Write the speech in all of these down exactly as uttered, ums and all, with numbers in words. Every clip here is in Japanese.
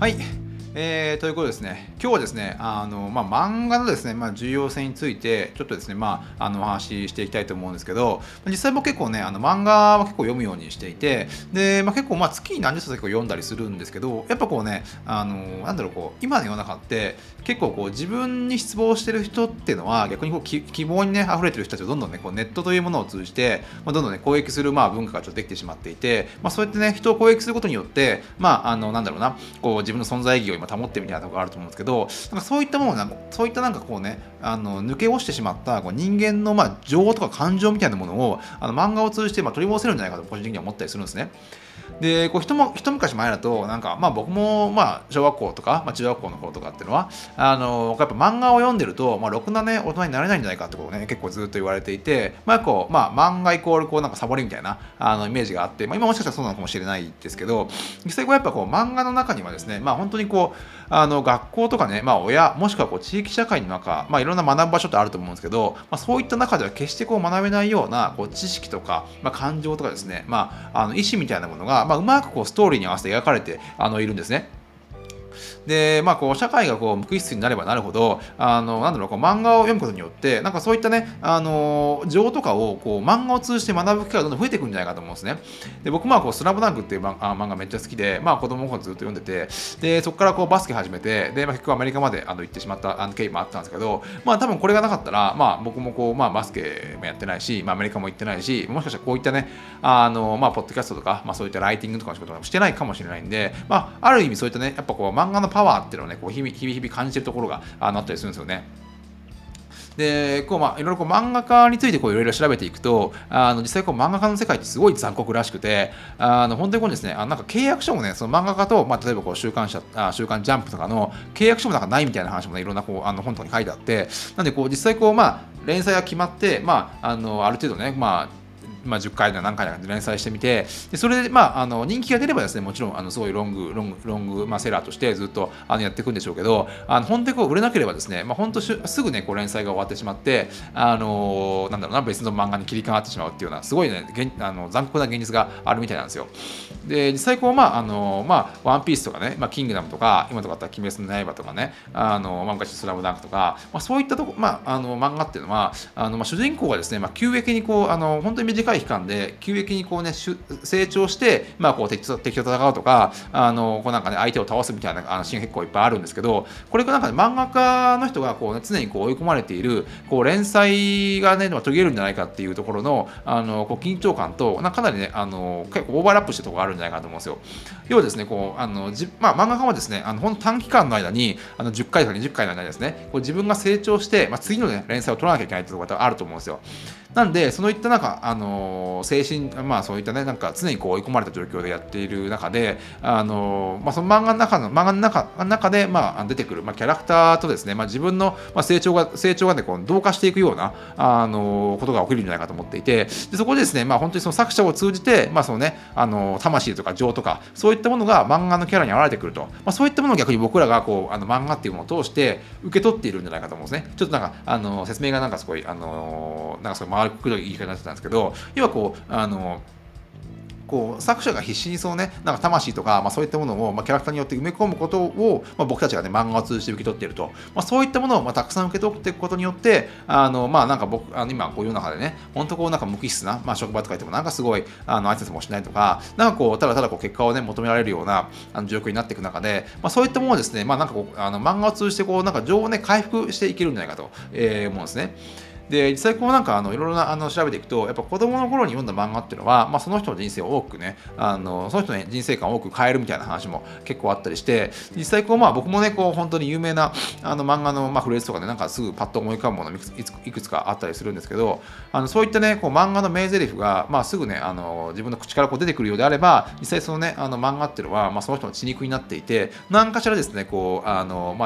はい。えー、ということでですね、今日はですね、あの、まあ、漫画のですね、まあ、重要性について、ちょっとですね、まあ、あの、お話ししていきたいと思うんですけど、実際も結構ね、あの、漫画は結構読むようにしていて、で、まあ、結構、まあ、月に何十冊か結構読んだりするんですけど、やっぱこうね、あの、なんだろう、こう、今の世の中って、結構こう、自分に失望してる人っていうのは、逆にこう、き希望にね、溢れてる人たちをどんどんね、こう、ネットというものを通じて、まあ、どんどんね、攻撃する、まあ、文化がちょっとできてしまっていて、まあ、そうやってね、人を攻撃することによって、まあ、あの、なんだろうな、こう、自分の存在意義を今保ってるみたいなところがあると思うんですけど、なんかそういったものなんかそういったなんかこうね、あの抜け落ちてしまったこう人間のまあ情とか感情みたいなものをあの漫画を通じてまあ取り戻せるんじゃないかと個人的には思ったりするんですね。で、こう一も一昔前だと、なんか、まあ僕も、まあ小学校とか、まあ中学校の頃とかっていうのは、あの、やっぱ漫画を読んでると、まあろくなね、大人になれないんじゃないかってことをね、結構ずっと言われていて、まあこう、まあ漫画イコールこうなんかサボりみたいな、あのイメージがあって、まあ今もしかしたらそうなのかもしれないですけど、実際こうやっぱこう漫画の中にはですね、まあ本当にこう、あの学校とかね、まあ親、もしくはこう地域社会の中、まあいろんな学ぶ場所ってあると思うんですけど、まあそういった中では決してこう学べないようなこう知識とか、まあ感情とかですね、まああの意思みたいなものが、まあうまくこうストーリーに合わせて描かれてあのいるんですね。で、まあ、こう社会がこう無機質になればなるほど、あのなんだろう、こう漫画を読むことによって、なんかそういったね、あの情とかをこう漫画を通じて学ぶ機会がどんどん増えていくんじゃないかと思うんですね。で、僕まあこうスラムダンクっていう漫あ漫画めっちゃ好きで、まあ子供の頃ずっと読んでて、でそこからこうバスケ始めて、で、まあ、結局アメリカまであの行ってしまったあの経緯もあったんですけど、まあ多分これがなかったら、まあ僕もこうまあバスケもやってないし、まあアメリカも行ってないし、もしかしたらこういったね、あのまあポッドキャストとか、まあそういったライティングとかの仕事もしてないかもしれないんで、まあある意味そういったね、やっぱこう漫画のパワーっていうのをね、こう日々日々日々感じてるところがあのあったりするんですよね。で、こうまあいろいろこう漫画家についてこういろいろ調べていくと、あの実際こう漫画家の世界ってすごい残酷らしくて、あの本当にこうですね、あなんか契約書もね、その漫画家とまあ例えばこう週刊誌あ週刊ジャンプとかの契約書もなんかないみたいな話もね、いろんなこうあの本とかに書いてあって、なんでこう実際こうまあ連載が決まって、まああのある程度ね、まあまあ、じゅっかいの何回かで連載してみて、でそれで、まあ、あの人気が出ればですね、もちろんあのすごいロング、ロング、ロング、まあ、セラーとしてずっとあのやっていくんでしょうけど、あの本当にこう売れなければですね、まあ、本当すぐね、こう連載が終わってしまって、あのなんだろうな、別の漫画に切り替わってしまうっていうような、すごいね、あの残酷な現実があるみたいなんですよ。で、実際こう、まあ、あのまあ、ワンピースとかね、まあ、キングダムとか、今とかあったら鬼滅の刃とかね、あのまあ、昔スラムダンクとか、まあ、そういったとこ、まあ、あの漫画っていうのは、あのまあ、主人公がですね、まあ、急激にこう、あの本当に短い期間で、急激にこうね、成長して、まあ、こう敵と敵と戦うとか、あのこうなんかね、相手を倒すみたいなあのシーンが結構いっぱいあるんですけど、これがなんか、ね、漫画家の人がこう、ね、常にこう追い込まれている、こう連載がね、途切れるんじゃないかっていうところの、あのこう緊張感と、かなりね、あの結構オーバーラップしてるところがあるんじゃないかなと思うんですよ。要はですね、こうあのじまあ、漫画家はですね、あのほん短期間の間に、あのじゅっかいとかにじゅっかいの間にですね、こう自分が成長して、まあ、次の、ね、連載を取らなきゃいけないっていうところがあると思うんですよ。なんで、そういったなんか、あの精神、まあそういったね、なんか常にこう追い込まれた状況でやっている中で、あのまあその漫画の中の、漫画の中中で、まあ出てくる、まあ、キャラクターとですね、まあ自分の、まあ、成長が、成長がね、こう同化していくような、あのことが起きるんじゃないかと思っていて、でそこでですね、まあ本当にその作者を通じて、まあそのね、あの魂とか情とか、そういったものが漫画のキャラに現れてくると、まあそういったものを逆に僕らがこう、あの漫画っていうものを通して受け取っているんじゃないかと思うんですね。ちょっとなんか、あの説明がなんかすごい、あのなんかすごい回るくどい言い方になってたんですけど、要はこう、あのこう作者が必死にそうね、なんか魂とか、まあ、そういったものを、まあ、キャラクターによって埋め込むことを、まあ、僕たちがね、漫画を通じて受け取っていると。まあ、そういったものを、まあ、たくさん受け取っていくことによって、あの、まあ、なんか僕、あの今、こういう中でね、本当こう、なんか無機質な、まあ、職場とか行っても、なんかすごい、あの、挨拶もしないとか、なんかこう、ただただこう、結果をね、求められるような、あの状況になっていく中で、まあ、そういったものをですね、まあ、なんかこう、あの漫画を通じて、こう、なんか情をね、回復していけるんじゃないかと、えー、思うんですね。で、実際こうなんかあのいろいろなあの調べていくと、やっぱ子供の頃に読んだ漫画っていうのは、まあ、その人の人生を多くね、あのその人の人生観を多く変えるみたいな話も結構あったりして、実際こうまあ僕もね、こう本当に有名なあの漫画のまあフレーズとかでなんかすぐパッと思い浮かぶものいくついくつかあったりするんですけど、あのそういったね、こう漫画の名台詞がまあすぐね、あの自分の口からこう出てくるようであれば、実際そのね、あの漫画っていうのはまあその人の血肉になっていて、何かしらですね、こうあのまあ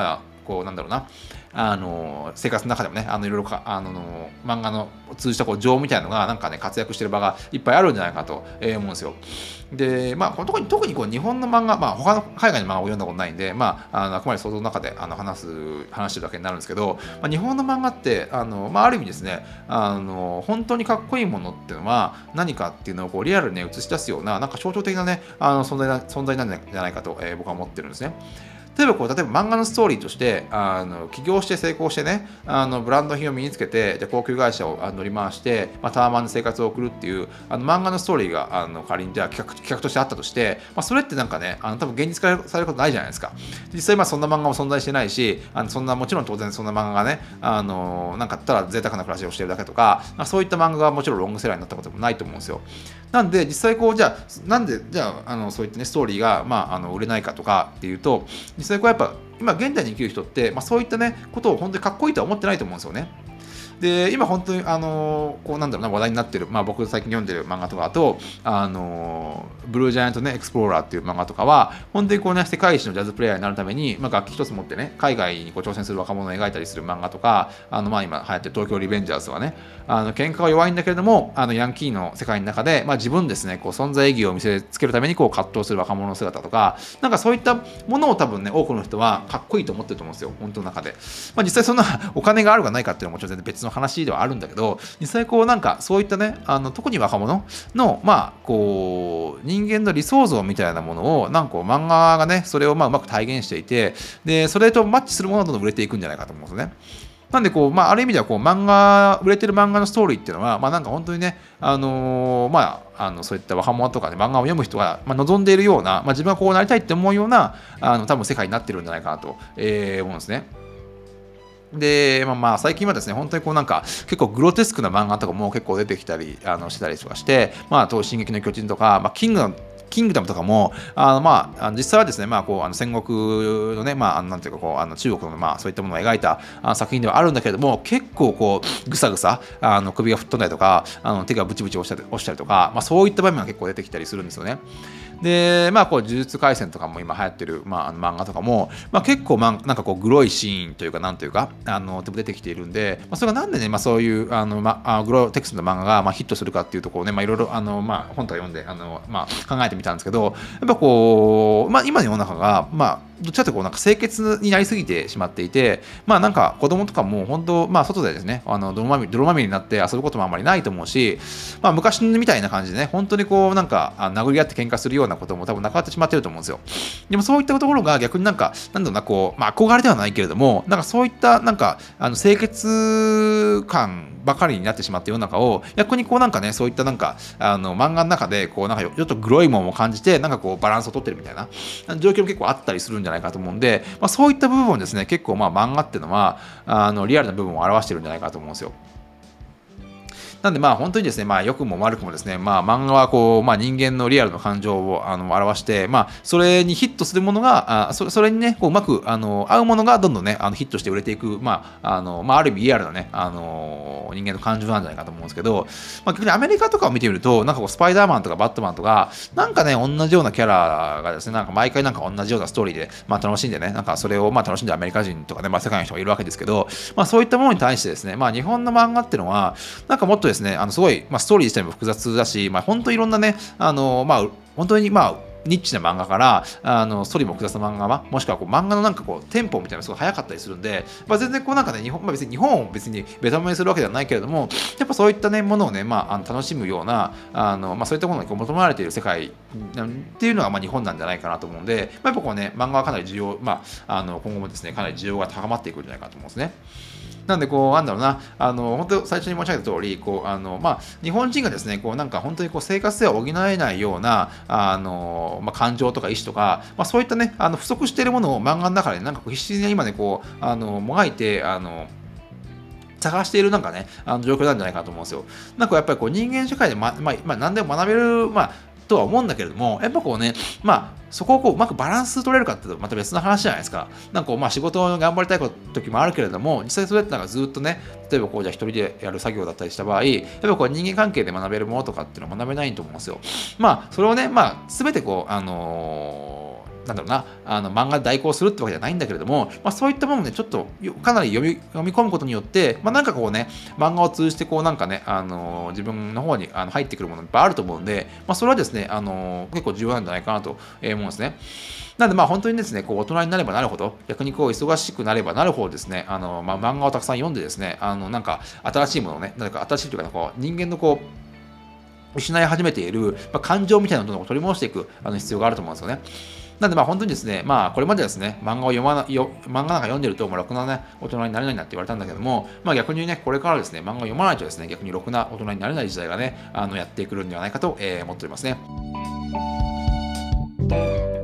こうなんだろうなあの生活の中でもねあのいろいろかあの漫画の通じたこう情みたいなのがなんかね活躍してる場がいっぱいあるんじゃないかと、えー、思うんですよ。でまあ特に特にこう日本の漫画、まあ、他の海外の漫画を読んだことないんで、まあ、あのあくまで想像の中であの話す話してるだけになるんですけど、まあ、日本の漫画ってあの、まあ、ある意味ですねあの本当にかっこいいものっていうのは何かっていうのをこうリアルに、ね、映し出すようななんか象徴的なねあの存在な存在なんじゃないかと、えー、僕は思ってるんですね。例えばこう例えば漫画のストーリーとしてあの起業して成功してねあのブランド品を身につけてで高級会社を乗り回して、まあ、タワマンで生活を送るっていうあの漫画のストーリーがあの仮にじゃあ企画企画としてあったとして、まあ、それってなんかねあの多分現実化されることないじゃないですか。実際まあそんな漫画も存在してないしあのそんなもちろん当然そんな漫画がねあのなんかただ贅沢な暮らしをしてるだけとか、まあ、そういった漫画がもちろんロングセラーになったこともないと思うんですよ。なんで実際こうじゃあなんでじゃあ、あのそういったねストーリーが、まあ、あの売れないかとかっていうと実際こうやっぱ今現代に生きる人って、まあ、そういったねことを本当にかっこいいとは思ってないと思うんですよね。で今本当にあのこうなんだろうな話題になってる、まあ、僕最近読んでる漫画とかだとあのブルージャイアントねエクスプローラーっていう漫画とかは本当にこうね世界一のジャズプレイヤーになるために、まあ、楽器一つ持ってね海外にこう挑戦する若者を描いたりする漫画とかあのまあ今流行ってる東京リベンジャーズとかねあの喧嘩が弱いんだけれどもあのヤンキーの世界の中で、まあ、自分ですねこう存在意義を見せつけるためにこう葛藤する若者の姿とかなんかそういったものを多分ね多くの人はかっこいいと思ってると思うんですよ本当の中で、まあ、実際そんなお金があるかないかっていうのはもちろん全然別の話ではあるんだけど実際こうなんかそういったねあの特に若者のまあこう人間の理想像みたいなものをなんかこう漫画がねそれをまあうまく体現していてでそれとマッチするものがどんどん売れていくんじゃないかと思うんですよね。なんでこう、まあ、ある意味ではこう漫画売れてる漫画のストーリーっていうのは、まあ、なんか本当にね、あのー、まあ、あのそういった若者とかで、ね、漫画を読む人が、まあ、望んでいるような、まあ、自分がこうなりたいって思うようなあの多分世界になってるんじゃないかなと、えー、思うんですね。で、まあ、まあ最近はですね、本当にこうなんか結構グロテスクな漫画とかも結構出てきたりあのしてたりとかして、まあ、当進撃の巨人とか、まあ、キングのキングダムとかも、あのまあ、実際はですね、まあ、こうあの戦国のね、まあ、なんていうかこう、あの中国の、まあ、そういったものを描いたあ作品ではあるんだけれども、結構こう、ぐさぐさ、あの首が吹っ飛んだりとか、あの手がブチブチ押したり押したりとか、まあ、そういった場面が結構出てきたりするんですよね。で、まあ、こう、呪術廻戦とかも今流行ってる、まあ、あの漫画とかも、まあ、結構、まあ、なんかこう、グロいシーンというか、なんというか、あの、出てきているんで、まあ、それがなんでね、まあ、そういう、あの、まあ、グロテクストの漫画が、まあ、ヒットするかっていうところをね、まあ、いろいろ、あの、まあ、本とか読んで、あの、まあ、考えてみたんですけど、やっぱこう、まあ、今の世の中が、まあ、どっちかというとこうなんか清潔になりすぎてしまっていて、まあなんか子供とかも本当、まあ外でですね、あの泥まみれ泥まみれになって遊ぶこともあんまりないと思うし、まあ昔みたいな感じでね、本当にこうなんか殴り合って喧嘩するようなことも多分なくなってしまってると思うんですよ。でもそういったところが逆になんか、なんだろうな、こう、まあ憧れではないけれども、なんかそういったなんか、あの清潔感ばかりになってしまった世の中を、逆にこうなんかね、そういったなんか、あの漫画の中で、こうなんかちょっとグロいものを感じて、なんかこうバランスを取ってるみたいな状況も結構あったりするんじゃないかと思うんで、まあ、そういった部分をですね、結構まあ漫画っていうのは、あのリアルな部分を表してるんじゃないかと思うんですよ。なんでまあ本当にですね、まあ良くも悪くもですね、まあ漫画はこう、まあ人間のリアルの感情をあの表して、まあそれにヒットするものが、あそそれにね、こううまくあの合うものがどんどんね、あのヒットして売れていく、まあ、あの、まあある意味リアルなね、あの、人間の感情なんじゃないかと思うんですけど、まあ逆にアメリカとかを見てみると、なんかこうスパイダーマンとかバットマンとか、なんかね、同じようなキャラがですね、なんか毎回なんか同じようなストーリーで、まあ楽しんでね、なんかそれをまあ楽しんでアメリカ人とかね、まあ世界の人がいるわけですけど、まあそういったものに対してですね、まあ日本の漫画っていうのは、なんかもっとですね、あのすごい、まあ、ストーリー自体も複雑だし、まあ、本当にいろんなね、あのまあ、本当にまあ、ニッチな漫画からあのストーリーも複雑な漫画はもしくはこう漫画のなんかこうテンポみたいなのがすごい早かったりするんで、まあ、全然こうなんかね日本、まあ、別に日本を別にベタ褒めにするわけではないけれどもやっぱそういったねものをね、まあ、あの楽しむようなあの、まあ、そういったものが求められている世界っていうのがまあ日本なんじゃないかなと思うんで、まあ、やっぱこうね漫画はかなり需要、まあ、あの今後もですねかなり需要が高まっていくんじゃないかと思うんですね。なんでこうなんだろうなあの本当最初に申し上げた通りこうあのまあ日本人がですねこうなんか本当にこう生活では補えないようなあのまあ感情とか意志とかまあそういったねあの不足しているものを漫画の中でなんかこう必死に今ねこうあのもがいてあの探しているなんかね、あの状況なんじゃないかと思うんですよ。なんかやっぱりこう人間社会でま、まあ、まあ、何でも学べる、まあ、とは思うんだけれども、やっぱこうね、まあ、そこをこううまくバランス取れるかっていうとまた別の話じゃないですか。なんかこうまあ仕事を頑張りたい時もあるけれども、実際それってなんかずっとね、例えばこうじゃあ一人でやる作業だったりした場合、やっぱこう人間関係で学べるものとかっていうのは学べないと思うんですよ。まあ、それをね、まあ、すべてこう、あのーなんだろうな、あの漫画で代行するってわけじゃないんだけれども、まあ、そういったものをね、ちょっとかなり読み読み込むことによって、まあ、なんかこうね、漫画を通じてこうなんかね、あのー自分の方にあの入ってくるものいっぱいあると思うんで、まあ、それはですね、あのー結構重要なんじゃないかなと思うんですね。なんでまあ本当にですね、こう大人になればなるほど、逆にこう忙しくなればなるほどですね、あのまあ、漫画をたくさん読んでですね、あのなんか新しいものをね、なんか新しいというか、こう人間のこう失い始めている、まあ、感情みたいなものを取り戻していくあの必要があると思うんですよね。なんでまあ本当にですね、まあこれまでですね、漫画を読まなよ漫画なんか読んでると、まあ、ろくなね、大人になれないなって言われたんだけども、まあ逆にね、これからですね、漫画を読まないとですね、逆にろくな大人になれない時代がね、あのやってくるんではないかと、えー思っておりますね。